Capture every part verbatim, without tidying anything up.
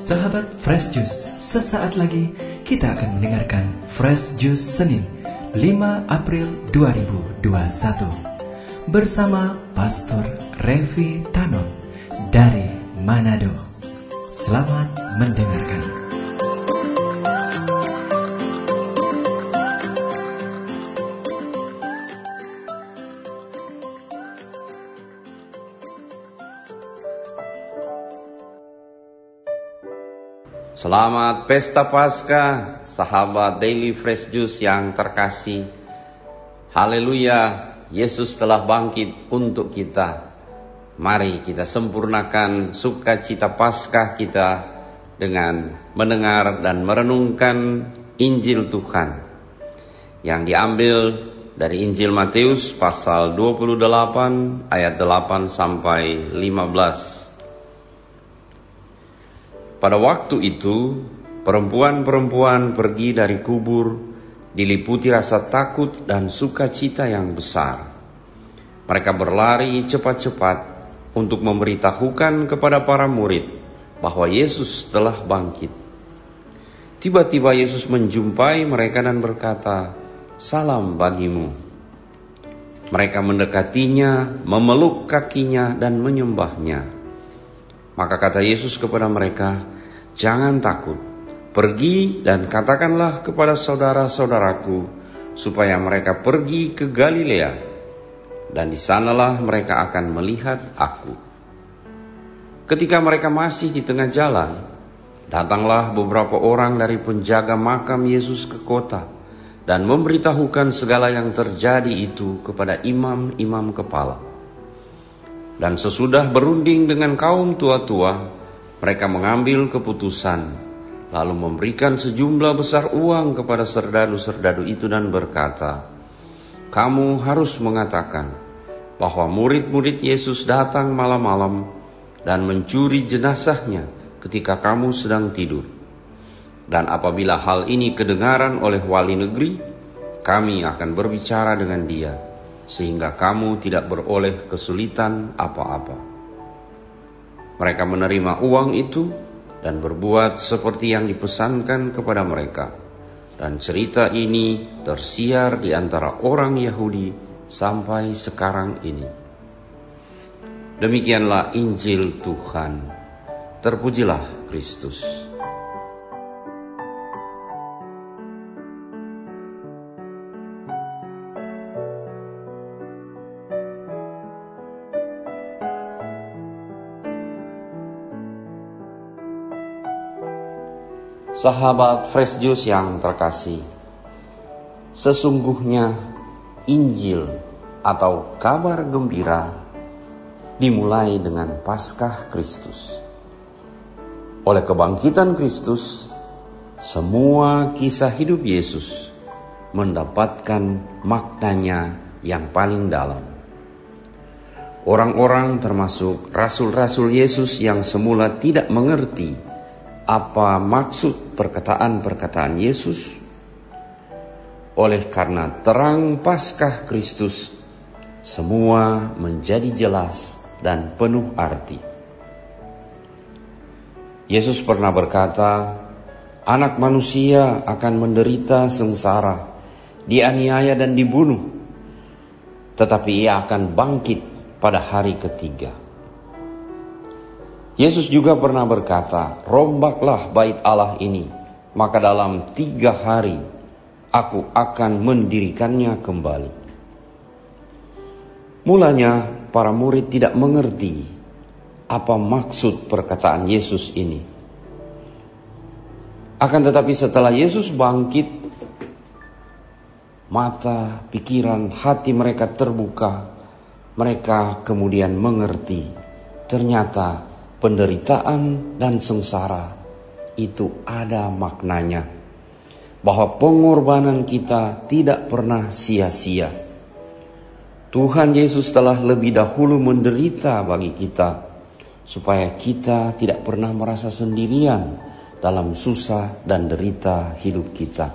Sahabat Fresh Juice, sesaat lagi kita akan mendengarkan Fresh Juice Senin lima April dua ribu dua puluh satu bersama Pastor Revi Tanon dari Manado. Selamat mendengarkan. Selamat Pesta Paskah, sahabat Daily Fresh Juice yang terkasih. Haleluya, Yesus telah bangkit untuk kita. Mari kita sempurnakan sukacita Paskah kita dengan mendengar dan merenungkan Injil Tuhan yang diambil dari Injil Matius pasal dua puluh delapan ayat delapan sampai lima belas. Pada waktu itu, perempuan-perempuan pergi dari kubur, diliputi rasa takut dan sukacita yang besar. Mereka berlari cepat-cepat untuk memberitahukan kepada para murid bahwa Yesus telah bangkit. Tiba-tiba Yesus menjumpai mereka dan berkata, "Salam bagimu." Mereka mendekatinya, memeluk kakinya dan menyembahnya. Maka kata Yesus kepada mereka, "Jangan takut, pergi dan katakanlah kepada saudara-saudaraku supaya mereka pergi ke Galilea, dan di sanalah mereka akan melihat aku." Ketika mereka masih di tengah jalan, datanglah beberapa orang dari penjaga makam Yesus ke kota dan memberitahukan segala yang terjadi itu kepada imam-imam kepala. Dan sesudah berunding dengan kaum tua-tua, mereka mengambil keputusan, lalu memberikan sejumlah besar uang kepada serdadu-serdadu itu dan berkata, "Kamu harus mengatakan bahwa murid-murid Yesus datang malam-malam dan mencuri jenazahnya ketika kamu sedang tidur. Dan apabila hal ini kedengaran oleh wali negeri, kami akan berbicara dengan dia, sehingga kamu tidak beroleh kesulitan apa-apa." Mereka menerima uang itu dan berbuat seperti yang dipesankan kepada mereka. Dan cerita ini tersiar di antara orang Yahudi sampai sekarang ini. Demikianlah Injil Tuhan. Terpujilah Kristus. Sahabat Fresh Juice yang terkasih, sesungguhnya Injil atau kabar gembira dimulai dengan Paskah Kristus. Oleh kebangkitan Kristus, semua kisah hidup Yesus mendapatkan maknanya yang paling dalam. Orang-orang termasuk rasul-rasul Yesus yang semula tidak mengerti apa maksud perkataan-perkataan Yesus, oleh karena terang Paskah Kristus, semua menjadi jelas dan penuh arti. Yesus pernah berkata, "Anak manusia akan menderita sengsara, dianiaya dan dibunuh, tetapi ia akan bangkit pada hari ketiga." Yesus juga pernah berkata, "Rombaklah bait Allah ini, maka dalam tiga hari aku akan mendirikannya kembali." Mulanya para murid tidak mengerti apa maksud perkataan Yesus ini. Akan tetapi setelah Yesus bangkit, mata, pikiran, hati mereka terbuka. Mereka kemudian mengerti, ternyata penderitaan dan sengsara itu ada maknanya, bahwa pengorbanan kita tidak pernah sia-sia. Tuhan Yesus telah lebih dahulu menderita bagi kita, supaya kita tidak pernah merasa sendirian dalam susah dan derita hidup kita.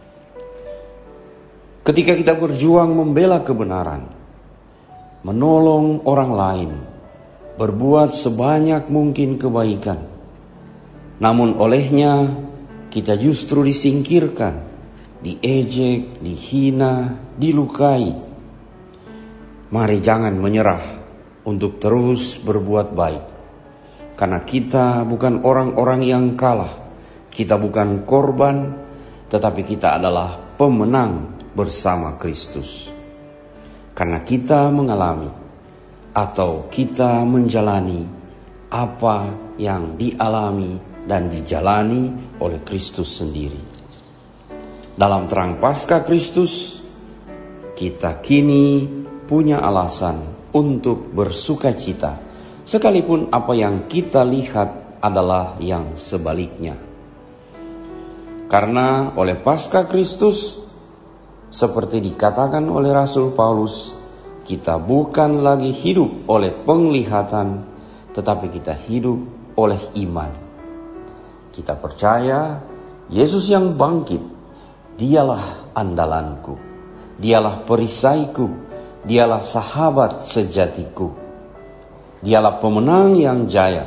Ketika kita berjuang membela kebenaran, menolong orang lain, berbuat sebanyak mungkin kebaikan, namun olehnya kita justru disingkirkan, diejek, dihina, dilukai. Mari jangan menyerah untuk terus berbuat baik, karena kita bukan orang-orang yang kalah, kita bukan korban, tetapi kita adalah pemenang bersama Kristus. Karena kita mengalami atau kita menjalani apa yang dialami dan dijalani oleh Kristus sendiri. Dalam terang Paskah Kristus, kita kini punya alasan untuk bersuka cita, sekalipun apa yang kita lihat adalah yang sebaliknya. Karena oleh Paskah Kristus, seperti dikatakan oleh Rasul Paulus, kita bukan lagi hidup oleh penglihatan, tetapi kita hidup oleh iman. Kita percaya Yesus yang bangkit, dialah andalanku, dialah perisaiku, dialah sahabat sejatiku, dialah pemenang yang jaya.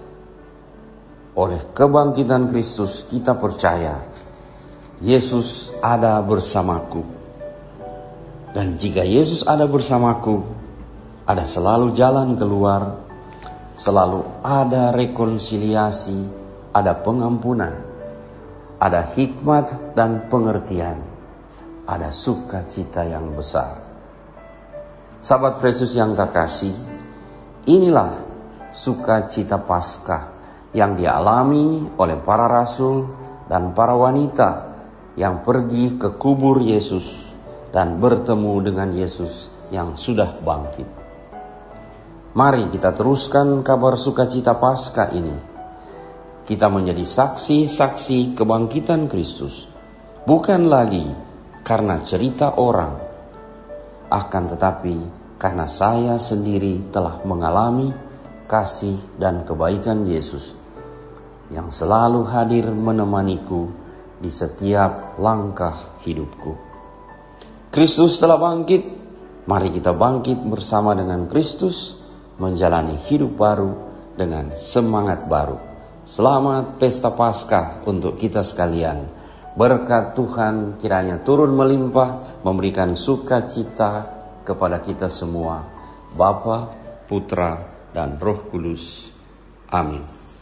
Oleh kebangkitan Kristus kita percaya Yesus ada bersamaku. Dan jika Yesus ada bersamaku, ada selalu jalan keluar, selalu ada rekonsiliasi, ada pengampunan, ada hikmat dan pengertian, ada sukacita yang besar. Sahabat Yesus yang terkasih, inilah sukacita Paskah yang dialami oleh para rasul dan para wanita yang pergi ke kubur Yesus dan bertemu dengan Yesus yang sudah bangkit. Mari kita teruskan kabar sukacita Paskah ini. Kita menjadi saksi-saksi kebangkitan Kristus, bukan lagi karena cerita orang, akan tetapi karena saya sendiri telah mengalami kasih dan kebaikan Yesus yang selalu hadir menemaniku di setiap langkah hidupku. Kristus telah bangkit, mari kita bangkit bersama dengan Kristus, menjalani hidup baru dengan semangat baru. Selamat Pesta Paskah untuk kita sekalian. Berkat Tuhan kiranya turun melimpah, memberikan sukacita kepada kita semua, Bapa, Putra, dan Roh Kudus. Amin.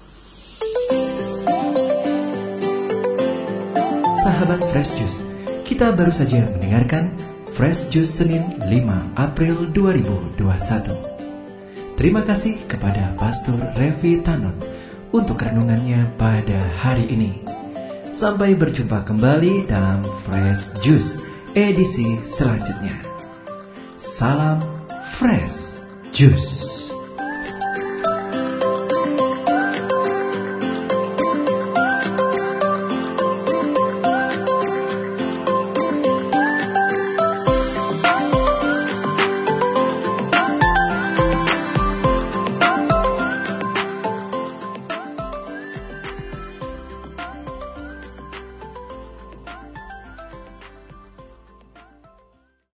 Sahabat Fresh Juice, kita baru saja mendengarkan Fresh Juice Senin lima April dua ribu dua puluh satu. Terima kasih kepada Pastor Revi Tanot untuk renungannya pada hari ini. Sampai berjumpa kembali dalam Fresh Juice edisi selanjutnya. Salam Fresh Juice.